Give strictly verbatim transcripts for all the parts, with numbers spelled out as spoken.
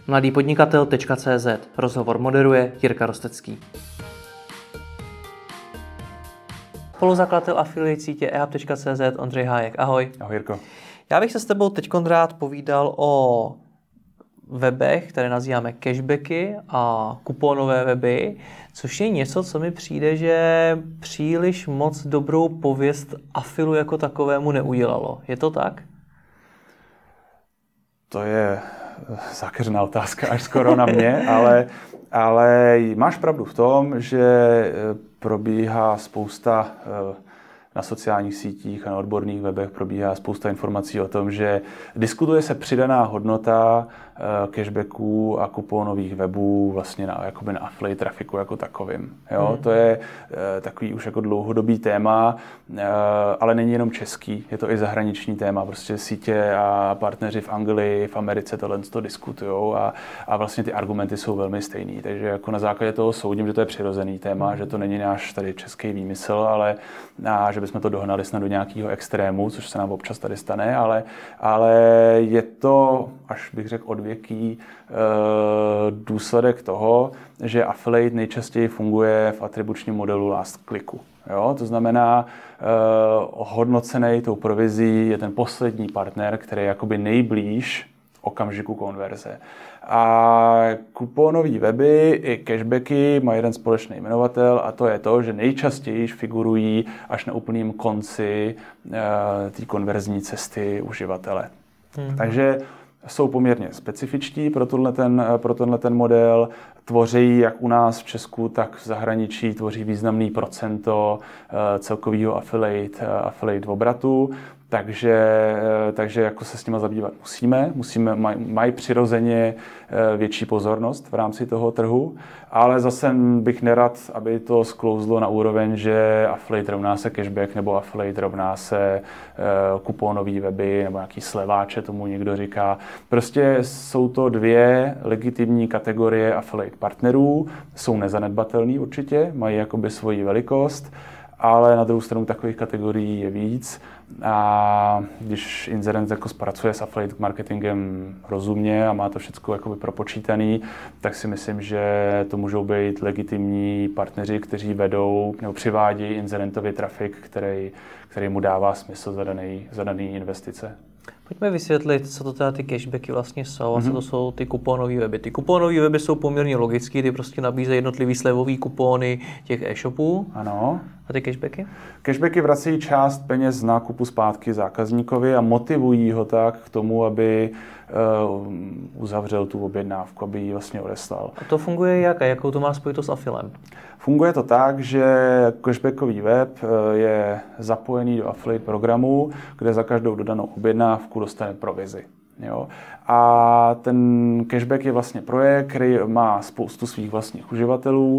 mladýpodnikatel tečka cé zet. Rozhovor moderuje Jirka Rostecký. Spoluzakladatel affiliate sítě e hub tečka cé zet Ondřej Hájek. Ahoj. Ahoj, Jirko. Já bych se s tebou teď rád povídal o webech, které nazýváme cashbacky a kuponové weby, což je něco, co mi přijde, že příliš moc dobrou pověst afilu jako takovému neudělalo. Je to tak? To je zákeřná otázka až skoro na mě, ale, ale máš pravdu v tom, že probíhá spousta na sociálních sítích a na odborných webech probíhá spousta informací o tom, že diskutuje se přidaná hodnota cashbacků a kuponových webů vlastně na, jakoby na affiliate trafiku jako takovým. Jo? Hmm. To je takový už jako dlouhodobý téma, ale není jenom český, je to i zahraniční téma. Prostě sítě a partneři v Anglii, v Americe tohle to diskutujou a, a vlastně ty argumenty jsou velmi stejný. Takže jako na základě toho soudím, že to je přirozený téma, hmm. že to není náš tady český výmysl, ale a že bychom to dohnali snad do nějakého extrému, což se nám občas tady stane, ale, ale je to, až bych řekl odvěký, důsledek toho, že affiliate nejčastěji funguje v atribučním modelu last clicku. Jo? To znamená, hodnocený tou provizí je ten poslední partner, který je jakoby nejblíž okamžiku konverze. A kuponové weby i cashbacky mají jeden společný jmenovatel a to je to, že nejčastěji figurují až na úplném konci e, té konverzní cesty uživatele. Hmm. Takže jsou poměrně specifičtí pro tenhle ten, pro tenhle ten model, tvoří jak u nás v Česku, tak v zahraničí, tvoří významný procento e, celkového affiliate, affiliate obratu. Takže, takže jako se s nimi zabývat musíme, musíme maj, mají přirozeně větší pozornost v rámci toho trhu, ale zase bych nerad, aby to sklouzlo na úroveň, že affiliate rovná se cashback nebo affiliate rovná se kuponový weby nebo nějaký sleváče, tomu někdo říká. Prostě jsou to dvě legitimní kategorie affiliate partnerů, jsou nezanedbatelný určitě, mají jakoby svoji velikost, ale na druhou stranu takových kategorií je víc. A když Inzerent jako pracuje s affiliate marketingem rozumně a má to všechno jakoby propočítaný, tak si myslím, že to můžou být legitimní partneři, kteří vedou nebo přivádějí Inzerentově trafik, který, který mu dává smysl za daný, za daný investice. Pojďme vysvětlit, co to teda ty cashbacky vlastně jsou a co to jsou ty kuponové weby. Ty kuponové weby jsou poměrně logické, ty prostě nabízejí jednotlivý slevový kupóny těch e-shopů. Ano. A ty cashbacky? Cashbacky vrací část peněz z nákupu zpátky zákazníkovi a motivují ho tak k tomu, aby uh, uzavřel tu objednávku, aby ji vlastně odeslal. A to funguje jak? A jakou to má spojitost s affilem? Funguje to tak, že cashbackový web je zapojený do affiliate programu, kde za každou dodanou objednávku dostane provizi. Jo. A ten cashback je vlastně projekt, který má spoustu svých vlastních uživatelů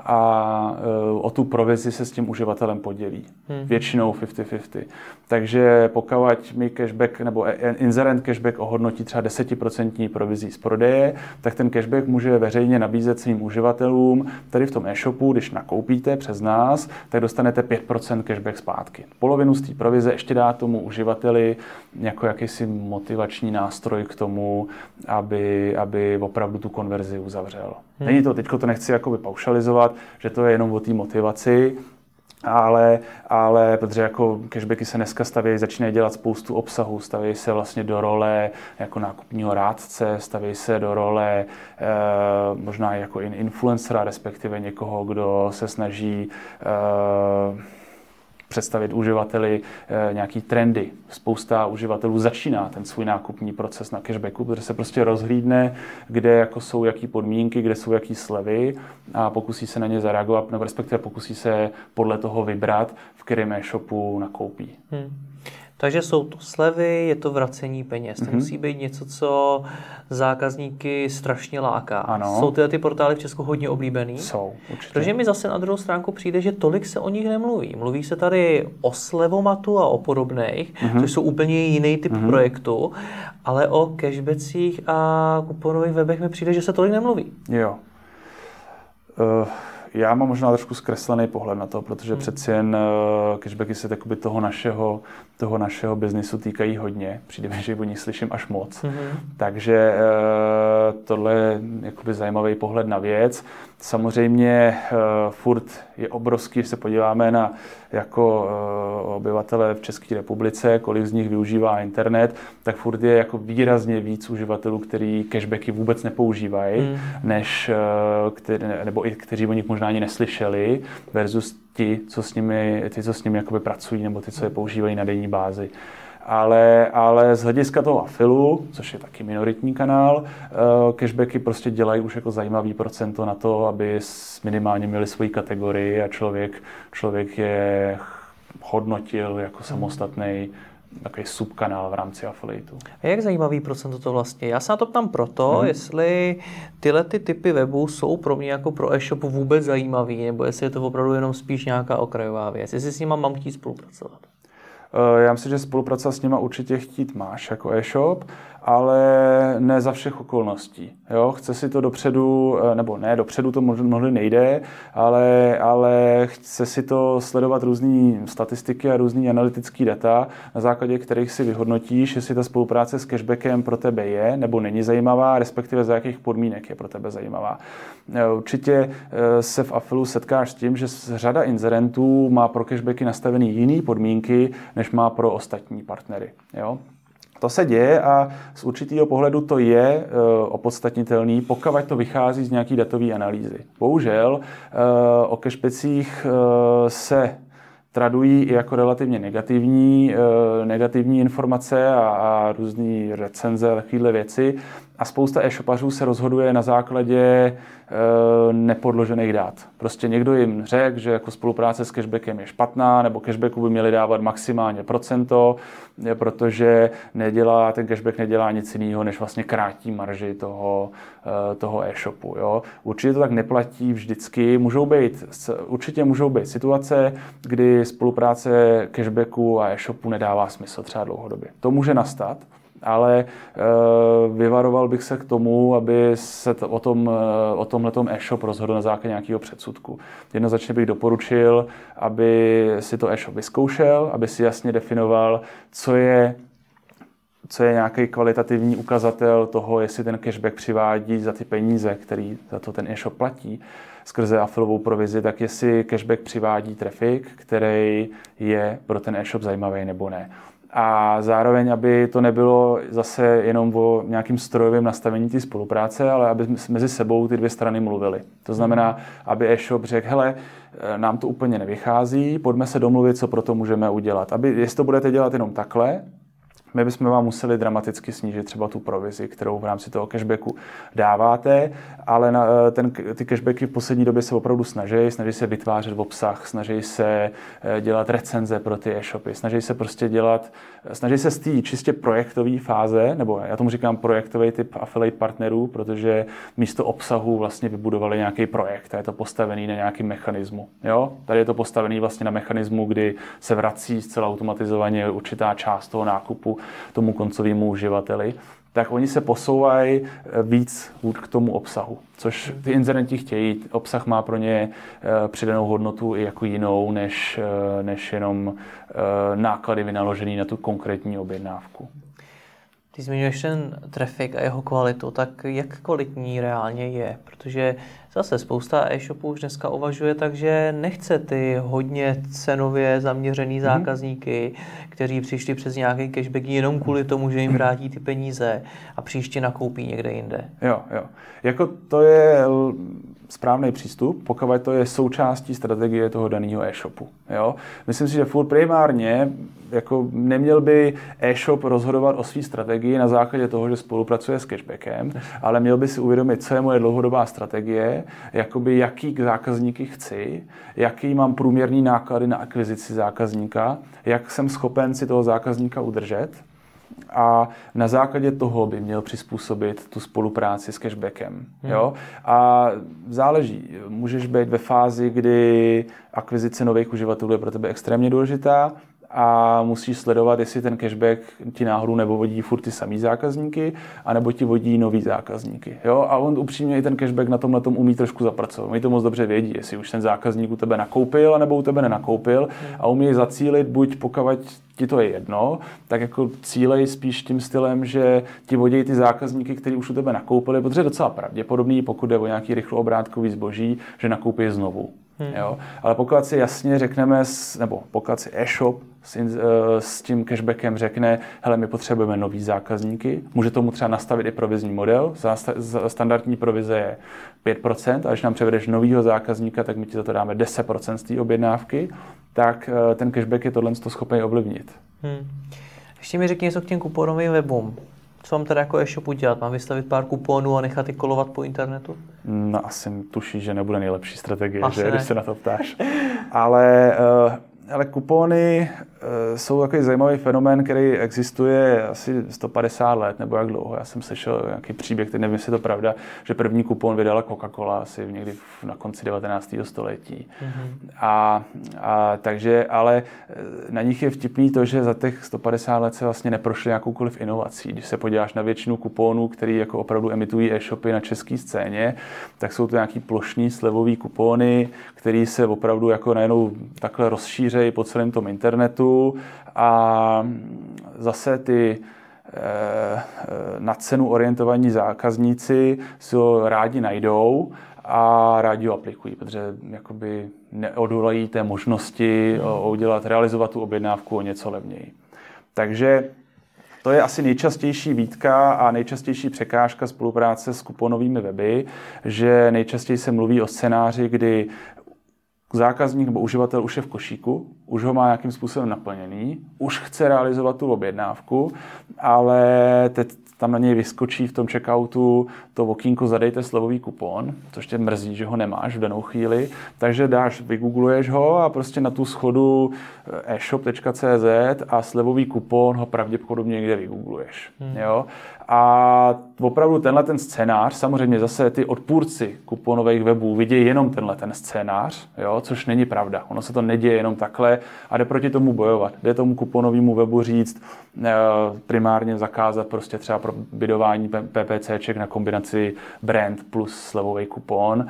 a e, o tu provizi se s tím uživatelem podělí. Hmm. Většinou padesát padesát. Takže pokud mi cashback nebo Inzerent cashback ohodnotí třeba deset procent provizí z prodeje, tak ten cashback může veřejně nabízet svým uživatelům. Tady v tom e-shopu, když nakoupíte přes nás, tak dostanete pět procent cashback zpátky. Polovinu z té provize ještě dá tomu uživateli jako jakýsi motivační nástroj k tomu, aby, aby opravdu tu konverzi uzavřel. Hmm. Není to, teďko to nechci jakoby paušalizovat, že to je jenom o té motivaci, ale, ale protože jako cashbacky se dneska stavějí, začínají dělat spoustu obsahu, stavějí se vlastně do role jako nákupního rádce, stavějí se do role e, možná jako influencera, respektive někoho, kdo se snaží e, představit uživateli e, nějaký trendy. Spousta uživatelů začíná ten svůj nákupní proces na cashbacku, protože se prostě rozhlídne, kde jako jsou jaký podmínky, kde jsou jaký slevy a pokusí se na ně zareagovat, nebo respektive pokusí se podle toho vybrat, v kterém e-shopu nakoupí. Hmm. Takže jsou to slevy, je to vracení peněz. To mm-hmm. musí být něco, co zákazníky strašně láká. Ano. Jsou tyhle ty portály v Česku hodně oblíbený? Jsou, určitě. Protože mi zase na druhou stránku přijde, že tolik se o nich nemluví. Mluví se tady o slevomatu a o podobných, mm-hmm. což jsou úplně jiný typ mm-hmm. projektu, ale o cashbackích a kuponových webech mi přijde, že se tolik nemluví. Jo. Uh... já mám možná trošku zkreslený pohled na to, protože hmm. přeci jen uh, cashbacky se takoby toho našeho, toho našeho biznisu týkají hodně. Přijde mi, že o nich slyším až moc. Hmm. Takže uh, tohle je jakoby zajímavý pohled na věc. Samozřejmě uh, furt je obrovský, když se podíváme na jako uh, obyvatele v České republice, kolik z nich využívá internet, tak furt je jako výrazně víc uživatelů, kteří cashbacky vůbec nepoužívají, hmm. než uh, který, nebo i kteří o nich možná ani neslyšeli, versus ti, co s nimi, ty, co s nimi jakoby pracují, nebo ty, co je používají na denní bázi. Ale, ale z hlediska toho afilu, což je taky minoritní kanál, cashbacky prostě dělají už jako zajímavý procento na to, aby minimálně měli svoji kategorii a člověk, člověk je hodnotil jako samostatný takový subkanál v rámci affiliateu. A jak zajímavý procento to vlastně? Já se na to ptám proto, mm-hmm. jestli tyhle ty typy webů jsou pro mě jako pro e-shop vůbec zajímavý, nebo jestli je to opravdu jenom spíš nějaká okrajová věc. Jestli s nima mám chtít spolupracovat. Já myslím, že spolupracovat s nima určitě chtít máš jako e-shop, ale ne za všech okolností. Jo? Chce si to dopředu, nebo ne, dopředu to možná nejde, ale, ale chce si to sledovat různý statistiky a různý analytický data, na základě kterých si vyhodnotíš, jestli ta spolupráce s cashbackem pro tebe je nebo není zajímavá, respektive za jakých podmínek je pro tebe zajímavá. Určitě se v Affilu setkáš s tím, že řada inzerentů má pro cashbacky nastavený jiný podmínky, než má pro ostatní partnery. Jo? To se děje a z určitého pohledu to je e, opodstatnitelný, pokud to vychází z nějaký datové analýzy. Bohužel e, o cashbackích e, se tradují i jako relativně negativní, e, negativní informace a, a různé recenze, takovéhle věci. A spousta e-shopařů se rozhoduje na základě e, nepodložených dat. Prostě někdo jim řekl, že jako spolupráce s cashbackem je špatná, nebo cashbacku by měli dávat maximálně procento, protože nedělá, ten cashback nedělá nic jiného, než vlastně krátí marži toho, e, toho e-shopu. Jo. Určitě to tak neplatí vždycky. Můžou být, určitě můžou být situace, kdy spolupráce cashbacku a e-shopu nedává smysl třeba dlouhodobě. To může nastat. Ale e, vyvaroval bych se k tomu, aby se to, o, tom, o tomhletom e-shop rozhodl na základě nějakého předsudku. Jednoznačně bych doporučil, aby si to e-shop vyzkoušel, aby si jasně definoval, co je, co je nějaký kvalitativní ukazatel toho, jestli ten cashback přivádí za ty peníze, který za to ten e-shop platí skrze affilovou provizi, tak jestli cashback přivádí traffic, který je pro ten e-shop zajímavý nebo ne. A zároveň, aby to nebylo zase jenom o nějakým strojovém nastavení té spolupráce, ale aby mezi sebou ty dvě strany mluvily. To znamená, aby e-shop řekl, hele, nám to úplně nevychází, pojďme se domluvit, co pro to můžeme udělat. Aby, jestli to budete dělat jenom takhle, my bychom vám museli dramaticky snížit třeba tu provizi, kterou v rámci toho cashbacku dáváte, ale na, ten, ty cashbacky v poslední době se opravdu snaží, snaží se vytvářet obsah, snaží se dělat recenze pro ty e-shopy, snaží se prostě dělat, snaží se z té čistě projektové fáze, nebo já tomu říkám projektový typ affiliate partnerů, protože místo obsahu vlastně vybudovali nějaký projekt a je to postavený na nějakým mechanismu. Jo? Tady je to postavený vlastně na mechanismu, kdy se vrací zcela automatizovaně určitá část toho nákupu tomu koncovému uživateli, tak oni se posouvají víc k tomu obsahu, což ty inzerenti chtějí. Obsah má pro ně přidanou hodnotu i jako jinou, než, než jenom náklady vynaložený na tu konkrétní objednávku. Ty zmiňuješ ten traffic a jeho kvalitu, tak jak kvalitní reálně je? Protože zase spousta e-shopů už dneska uvažuje tak, že nechce ty hodně cenově zaměřený zákazníky, kteří přišli přes nějaký cashback jenom kvůli tomu, že jim vrátí ty peníze a příště nakoupí někde jinde. Jo, jo. Jako to je správný přístup, pokud to je součástí strategie toho daného e-shopu. Jo? Myslím si, že furt primárně jako neměl by e-shop rozhodovat o své strategii na základě toho, že spolupracuje s cashbackem, ale měl by si uvědomit, co je moje dlouhodobá strategie, jakoby jaký zákazníky chci, jaký mám průměrný náklady na akvizici zákazníka, jak jsem schopen si toho zákazníka udržet. A na základě toho by měl přizpůsobit tu spolupráci s cashbackem. Hmm. Jo? A záleží. Můžeš být ve fázi, kdy akvizice nových uživatelů je pro tebe extrémně důležitá a musíš sledovat, jestli ten cashback ti náhodou nebo vodí furt ty samý zákazníky, anebo ti vodí nový zákazníky. Jo? A on upřímně i ten cashback na tomhle tom umí trošku zapracovat. Oni to moc dobře vědí, jestli už ten zákazník u tebe nakoupil, anebo u tebe nenakoupil a umí zacílit, buď pokud ti to je jedno, tak jako cílej spíš tím stylem, že ti vodí ty zákazníky, kteří už u tebe nakoupili, protože je docela pravděpodobný, pokud jde o nějaký rychloobrátkový zboží, že nakoupí znovu. Hmm. Jo? Ale pokud si jasně řekneme, nebo pokud si e-shop s, s tím cashbackem řekne, hele, my potřebujeme nový zákazníky, může tomu třeba nastavit i provizní model, standardní provize je pět procent a když nám převedeš novýho zákazníka, tak my ti za to dáme deset procent z té objednávky, tak ten cashback je tohle schopný ovlivnit. Hmm. Ještě mi řekni něco k těm kuponovým webům. Co mám teda jako e-shop udělat? Mám vystavit pár kuponů a nechat je kolovat po internetu? No asi tuší, že nebude nejlepší strategie, asi že, ne. když se na to ptáš. Ale, uh, ale kupony uh, jsou takový zajímavý fenomén, který existuje asi sto padesát let, nebo jak dlouho. Já jsem slyšel nějaký příběh, teď nevím, jestli je to pravda, že první kupon vydala Coca-Cola asi někdy na konci devatenáctého století. Mm-hmm. A, a takže, ale na nich je vtipný to, že za těch sto padesát let se vlastně neprošly jakoukoliv inovací. Když se podíváš na většinu kuponů, který jako opravdu emitují e-shopy na české scéně, tak jsou to nějaký plošný slevový kupony, který se opravdu jako najednou takhle rozšířejí po celém tom internetu a zase ty eh, na cenu orientovaní zákazníci si ho rádi najdou a rádi ho aplikují, protože jakoby neodolají té možnosti udělat, realizovat tu objednávku o něco levněji. Takže to je asi nejčastější výtka a nejčastější překážka spolupráce s kuponovými weby, že nejčastěji se mluví o scénáři, kdy zákazník nebo uživatel už je v košíku, už ho má nějakým způsobem naplněný, už chce realizovat tu objednávku, ale teď tam na něj vyskočí v tom checkoutu to okýnko zadejte slevový kupon, což tě mrzí, že ho nemáš v danou chvíli, takže dáš, vygoogluješ ho a prostě na tu schodu e-shop tečka cé zet a slevový kupon ho pravděpodobně někde vygoogluješ. Hmm. Jo? A opravdu tenhle ten scénář, samozřejmě zase ty odpůrci kuponových webů vidějí jenom tenhle ten scénář, jo? Což není pravda. Ono se to neděje jenom takhle a jde proti tomu bojovat. Jde tomu kuponovému webu říct, primárně zakázat prostě třeba pro bidování PPCček na kombinaci brand plus slevový kupon.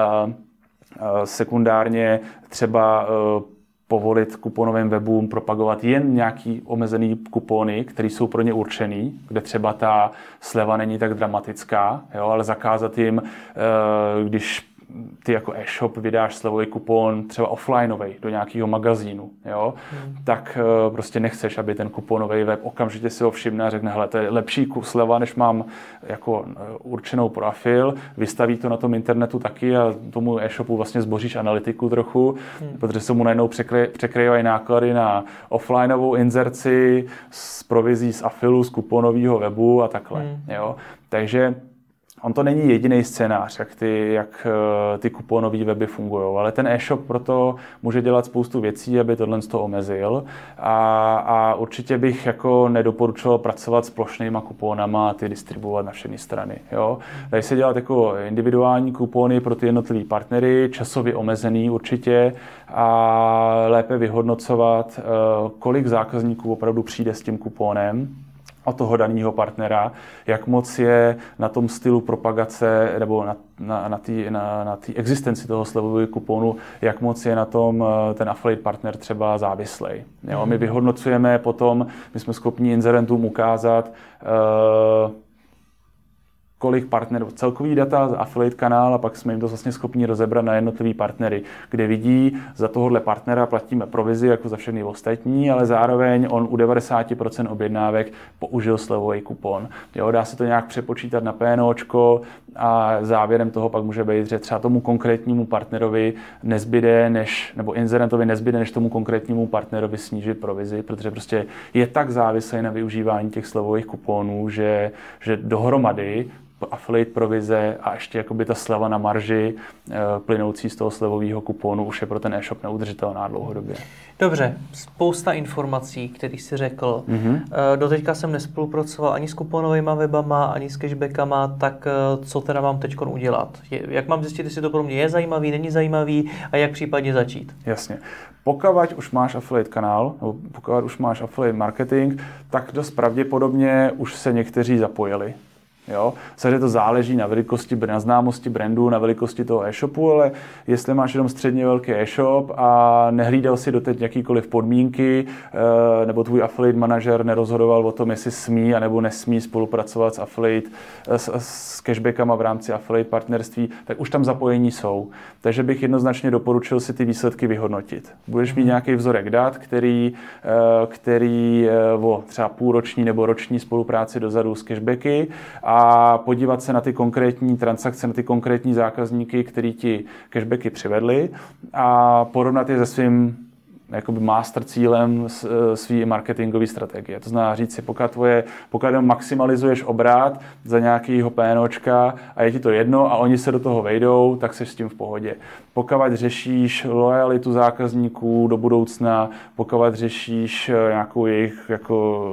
Sekundárně třeba povolit kuponovým webům propagovat jen nějaký omezený kupony, které jsou pro ně určený, kde třeba ta sleva není tak dramatická, jo, ale zakázat jim, když ty jako e-shop vydáš slevový kupon třeba offlineový do nějakého magazínu, jo, hmm. tak uh, prostě nechceš, aby ten kuponový web okamžitě si ho všimne a řekne, hele, to je lepší sleva, než mám jako uh, určenou profil, vystaví to na tom internetu taky a tomu e-shopu vlastně zboříš analytiku trochu, hmm. protože se mu najednou překry, překryvají náklady na offlineovou inzerci z provizí z afilu, z kuponového webu a takhle, hmm. jo, takže on to není jediný scénář, jak ty, jak ty kuponové weby fungují, ale ten e-shop proto může dělat spoustu věcí, aby tohle z toho omezil a, a určitě bych jako nedoporučoval pracovat s plošnýma kuponama a ty distribuovat na všechny strany. Jo? Dají se dělat jako individuální kupony pro ty jednotlivý partnery, časově omezený určitě a lépe vyhodnocovat, kolik zákazníků opravdu přijde s tím kuponem od toho daného partnera, jak moc je na tom stylu propagace nebo na, na, na té na, na existenci toho slevového kuponu, jak moc je na tom ten affiliate partner třeba závislej. Jo, my vyhodnocujeme potom, my jsme schopni inzerentům ukázat, uh, kolik partnerů, celkový data z affiliate kanál a pak jsme jim to vlastně schopni rozebrat na jednotlivý partnery, kde vidí, za tohohle partnera platíme provizi jako za všechny ostatní, ale zároveň on u devadesát procent objednávek použil slevový kupon. Jo, dá se to nějak přepočítat na PNOčko a závěrem toho pak může být, že třeba tomu konkrétnímu partnerovi nezbyde, než, nebo inzerentovi nezbyde, než tomu konkrétnímu partnerovi snížit provizi, protože prostě je tak závislý na využívání těch slevových kuponů, že, že dohromady affiliate provize a ještě jakoby ta sleva na marži plynoucí z toho slevového kuponu už je pro ten e-shop neudržitelná dlouhodobě. Dobře, spousta informací, který jsi řekl. Mm-hmm. Doteďka jsem nespolupracoval ani s kuponovými webama, ani s cashbackama, tak co teda mám teď udělat? Jak mám zjistit, jestli to pro mě je zajímavý, není zajímavý a jak případně začít? Jasně. Pokud už máš affiliate kanál, nebo pokud už máš affiliate marketing, tak dost pravděpodobně už se někteří zapojili. Jo? Samozřejmě to záleží na velikosti, na známosti brandu, na velikosti toho e-shopu, ale jestli máš jenom středně velký e-shop a nehlídal si doteď jakýkoliv podmínky, nebo tvůj affiliate manažer nerozhodoval o tom, jestli smí anebo nesmí spolupracovat s affiliate, s, s cashbackama v rámci affiliate partnerství, tak už tam zapojení jsou. Takže bych jednoznačně doporučil si ty výsledky vyhodnotit. Budeš mít nějaký vzorek dat, který, který o třeba půlroční nebo roční spolupráci dozadu s cashbacky a podívat se na ty konkrétní transakce, na ty konkrétní zákazníky, který ti cashbacky přivedli a porovnat je se svým jakoby master cílem svý marketingové strategie. To znamená říct si, pokud, tvoje, pokud maximalizuješ obrat za nějakýho PNOčka a je ti to jedno a oni se do toho vejdou, tak seš s tím v pohodě. Pokud řešíš lojalitu zákazníků do budoucna, pokud řešíš nějakou jejich jako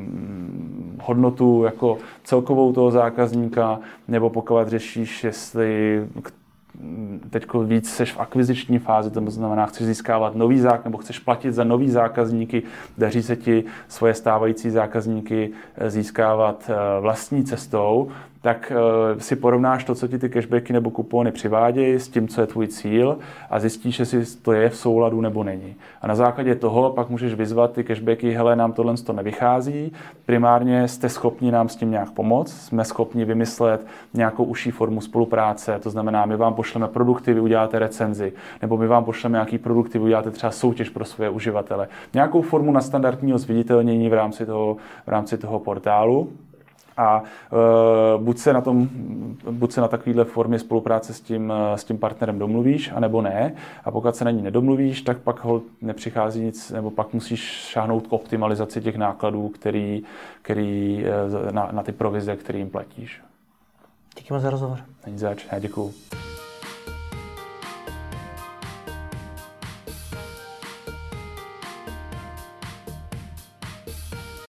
hodnotu jako celkovou toho zákazníka, nebo pokud řešíš, jestli teď víc seš v akviziční fázi, to znamená, chceš získávat nový zákazník, nebo chceš platit za nový zákazníky, daří se ti svoje stávající zákazníky získávat vlastní cestou, tak si porovnáš to, co ti ty cashbacky nebo kupony přivádějí s tím, co je tvůj cíl a zjistíš, jestli to je v souladu nebo není. A na základě toho pak můžeš vyzvat ty cashbacky, hele, nám tohle to nevychází, primárně jste schopni nám s tím nějak pomoct, jsme schopni vymyslet nějakou užší formu spolupráce, to znamená, my vám pošleme produkty, vy uděláte recenzi, nebo my vám pošleme nějaký produkty, vy uděláte třeba soutěž pro své uživatele. Nějakou formu na standardního zviditelnění v rámci toho, v rámci toho portálu. A e, buď se na tom, buď se na takovéhle formě spolupráce s tím, s tím partnerem domluvíš, anebo ne. A pokud se na ní nedomluvíš, tak pak ho nepřichází nic, nebo pak musíš šáhnout k optimalizaci těch nákladů, který, který, na, na ty provize, které jim platíš. Díky moc za rozhovor. Není zač, já děkuju.